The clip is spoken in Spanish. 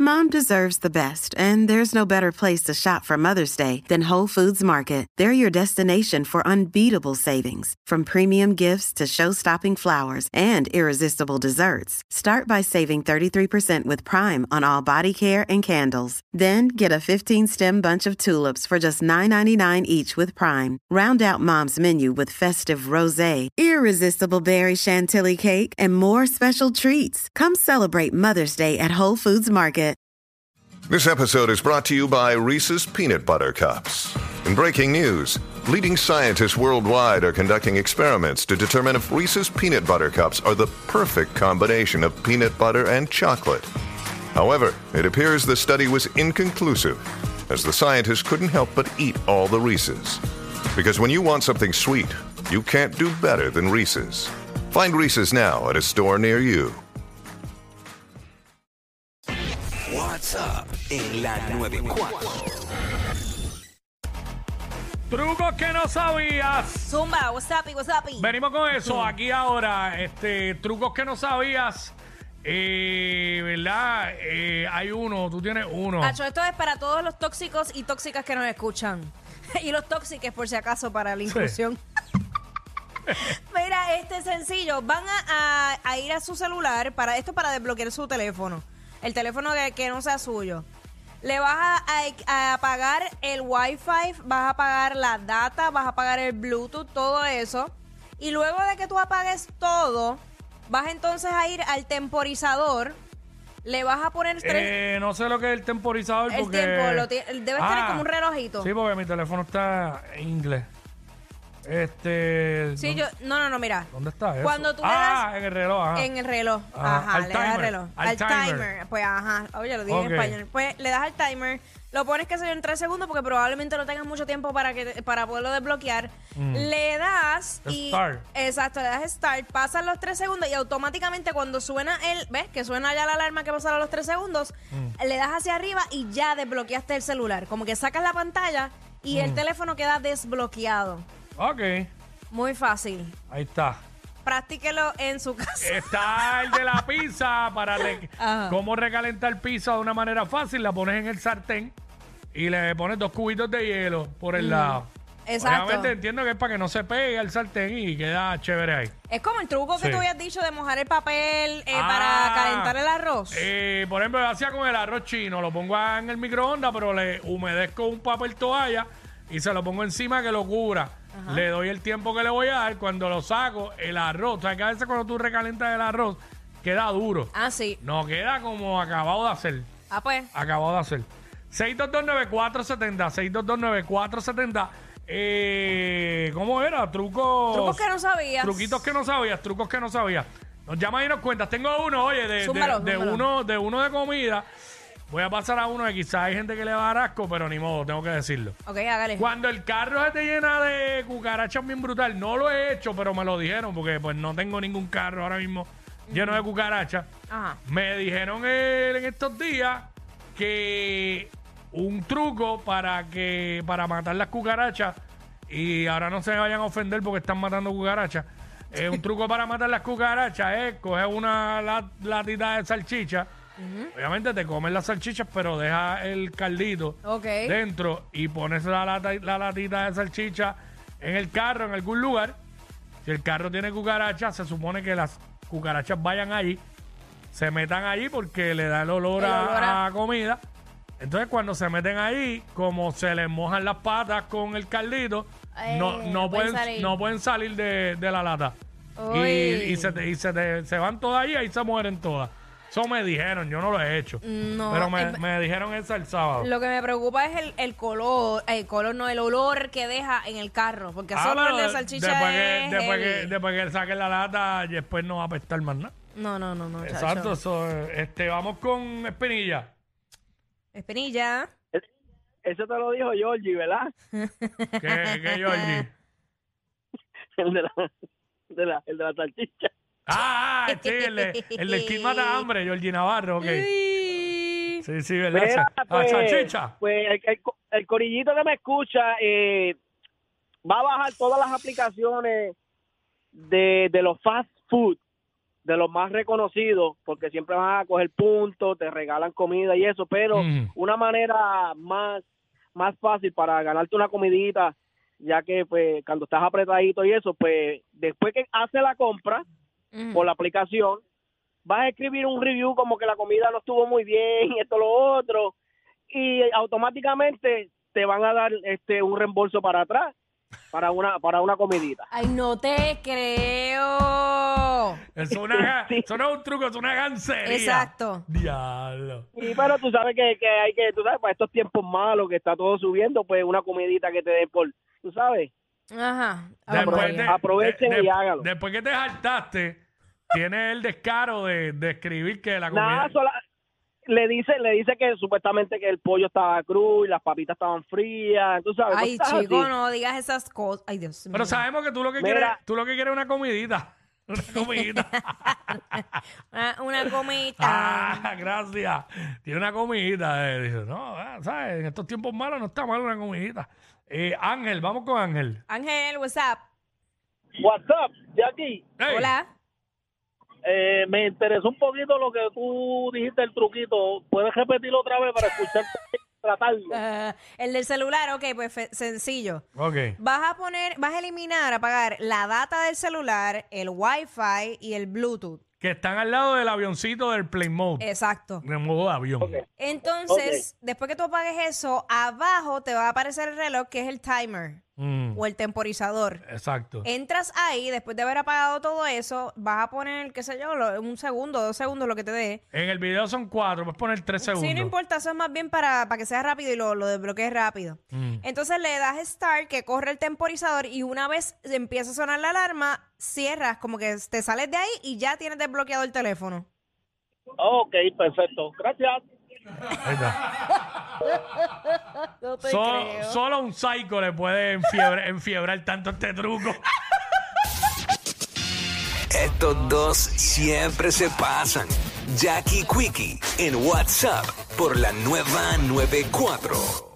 Mom deserves the best, and there's no better place to shop for Mother's Day than Whole Foods Market. They're your destination for unbeatable savings, from premium gifts to show-stopping flowers and irresistible desserts. Start by saving 33% with Prime on all body care and candles. Then get a 15-stem bunch of tulips for just $9.99 each with Prime. Round out Mom's menu with festive rosé, irresistible berry chantilly cake, and more special treats. Come celebrate Mother's Day at Whole Foods Market. This episode is brought to you by Reese's Peanut Butter Cups. In breaking news, leading scientists worldwide are conducting experiments to determine if Reese's Peanut Butter Cups are the perfect combination of peanut butter and chocolate. However, it appears the study was inconclusive, as the scientists couldn't help but eat all the Reese's. Because when you want something sweet, you can't do better than Reese's. Find Reese's now at a store near you. What's up en la 94. Trucos que no sabías. Zumba, what's up, what's up? Venimos con eso aquí ahora. Trucos que no sabías. ¿Verdad? Hay uno, tú tienes uno. Acho, esto es para todos los tóxicos y tóxicas que nos escuchan. Y los tóxicos, por si acaso, para la inclusión. Sí. Mira, sencillo. Van a ir a su celular para desbloquear su teléfono. El teléfono que no sea suyo. Le vas a apagar el Wi-Fi, vas a apagar la data, vas a apagar el Bluetooth, todo eso. Y luego de que tú apagues todo, vas entonces a ir al temporizador. Le vas a poner no sé lo que es el temporizador. El porque... tiempo, debes tener como un relojito. Sí, porque mi teléfono está en inglés. Sí, no, mira. ¿Dónde está eso? Cuando tú le das en el reloj, ajá. En el reloj, ajá, le das al reloj. Al timer. Pues ajá, oye, lo dije en español. Pues le das al timer, lo pones que sea en 3 segundos porque probablemente no tengas mucho tiempo para poderlo desbloquear. Le das Start. Exacto, le das start, pasan los 3 segundos y automáticamente cuando suena ¿ves? Que suena ya la alarma que pasaron los 3 segundos, le das hacia arriba y ya desbloqueaste el celular. Como que sacas la pantalla y el teléfono queda desbloqueado. Ok. Muy fácil. Ahí está. Practíquelo en su casa. Está el de la pizza para cómo recalentar pizza de una manera fácil. La pones en el sartén y le pones 2 cubitos de hielo por el lado. Exacto. Obviamente entiendo que es para que no se pegue al sartén y queda chévere ahí. Es como el truco que tú habías dicho de mojar el papel para calentar el arroz. Por ejemplo, yo hacía con el arroz chino. Lo pongo en el microondas, pero le humedezco un papel toalla y se lo pongo encima que lo cubra. Ajá. Le doy el tiempo que le voy a dar. Cuando lo saco, el arroz, o sea, que a veces cuando tú recalentas el arroz, queda duro. Ah, sí. No, queda como acabado de hacer. Ah, pues. Acabado de hacer. 6229470, 6229470. ¿Cómo era? Trucos que no sabías. Truquitos que no sabías, trucos que no sabías. Nos llaman y nos cuentas. Tengo uno, oye, de uno de comida. Voy a pasar a uno que quizás hay gente que le va a dar asco, pero ni modo, tengo que decirlo. Ok, hágale. Cuando el carro se te llena de cucarachas bien brutal, no lo he hecho, pero me lo dijeron, porque pues no tengo ningún carro ahora mismo lleno de cucarachas. Ajá. Me dijeron en estos días que un truco para matar las cucarachas, y ahora no se me vayan a ofender porque están matando cucarachas, un truco para matar las cucarachas es coger una latita de salchicha. Obviamente te comes las salchichas, pero deja el caldito dentro y pones la latita de salchicha en el carro, en algún lugar. Si el carro tiene cucarachas, se supone que las cucarachas vayan allí, se metan allí porque le da el olor a comida. Entonces cuando se meten ahí, como se les mojan las patas con el caldito, no pueden salir de la lata. Y se van todas allí y ahí se mueren todas. Eso me dijeron, yo no lo he hecho. No, pero me dijeron eso el sábado. Lo que me preocupa es el color, el olor que deja en el carro. Porque ese olor de salchicha después que saquen la lata, después no va a apestar más nada. No. Exacto, vamos con Espinilla. Espinilla. Eso te lo dijo Georgie, ¿verdad? ¿Qué Georgie? El de la salchicha. Sí, el del Kid Mata Hambre, Georgie Navarro, ok. Sí, ¿verdad? Mira, salchicha. Pues el corillito que me escucha va a bajar todas las aplicaciones de los fast food de los más reconocidos, porque siempre van a coger puntos, te regalan comida y eso, pero una manera más fácil para ganarte una comidita, ya que pues cuando estás apretadito y eso, pues después que haces la compra por la aplicación, vas a escribir un review como que la comida no estuvo muy bien y esto lo otro, y automáticamente te van a dar un reembolso para atrás para una comidita. Ay, no te creo. Eso no es un truco, es una gancería. Exacto. Diablo. Y pero tú sabes que hay que, tú sabes, para estos tiempos malos que está todo subiendo, pues una comidita que te den por, tú sabes. Ajá. Aprovechen y hágalo. Después que te saltaste, tienes el descaro de escribir que la comida... Nada, le dice que supuestamente que el pollo estaba crudo y las papitas estaban frías, tú sabes. Ay, chico, no digas esas cosas. Ay, Dios mío. Pero sabemos que tú lo que quieres es una comidita. Una comidita. una comidita. Gracias. Tiene una comidita. Dice, no, ¿sabes? En estos tiempos malos no está mal una comidita. Ángel, vamos con Ángel. Ángel, what's up? What's up, Jackie? Hey. Hola. Me interesó un poquito lo que tú dijiste, el truquito. ¿Puedes repetirlo otra vez para escucharte tratarlo? El del celular, ok, pues sencillo. Ok. Vas a eliminar, apagar la data del celular, el Wi-Fi y el Bluetooth. Que están al lado del avioncito del plane mode. Exacto. De modo de avión. Okay. Entonces, después que tú apagues eso, abajo te va a aparecer el reloj que es el timer o el temporizador. Exacto. Entras ahí, después de haber apagado todo eso, vas a poner, qué sé yo, 1 segundo, 2 segundos, lo que te dé. En el video son 4, puedes poner 3 segundos. Sí, no importa, eso es más bien para que sea rápido y lo desbloquees rápido. Entonces le das start, que corre el temporizador, y una vez empieza a sonar la alarma, cierras, como que te sales de ahí y ya tienes desbloqueado el teléfono. Ok, perfecto. Gracias. Ahí está. No te creo. Solo un psycho le puede enfiebrar tanto este truco. Estos dos siempre se pasan. Jackie Quickie en WhatsApp por la nueva 94.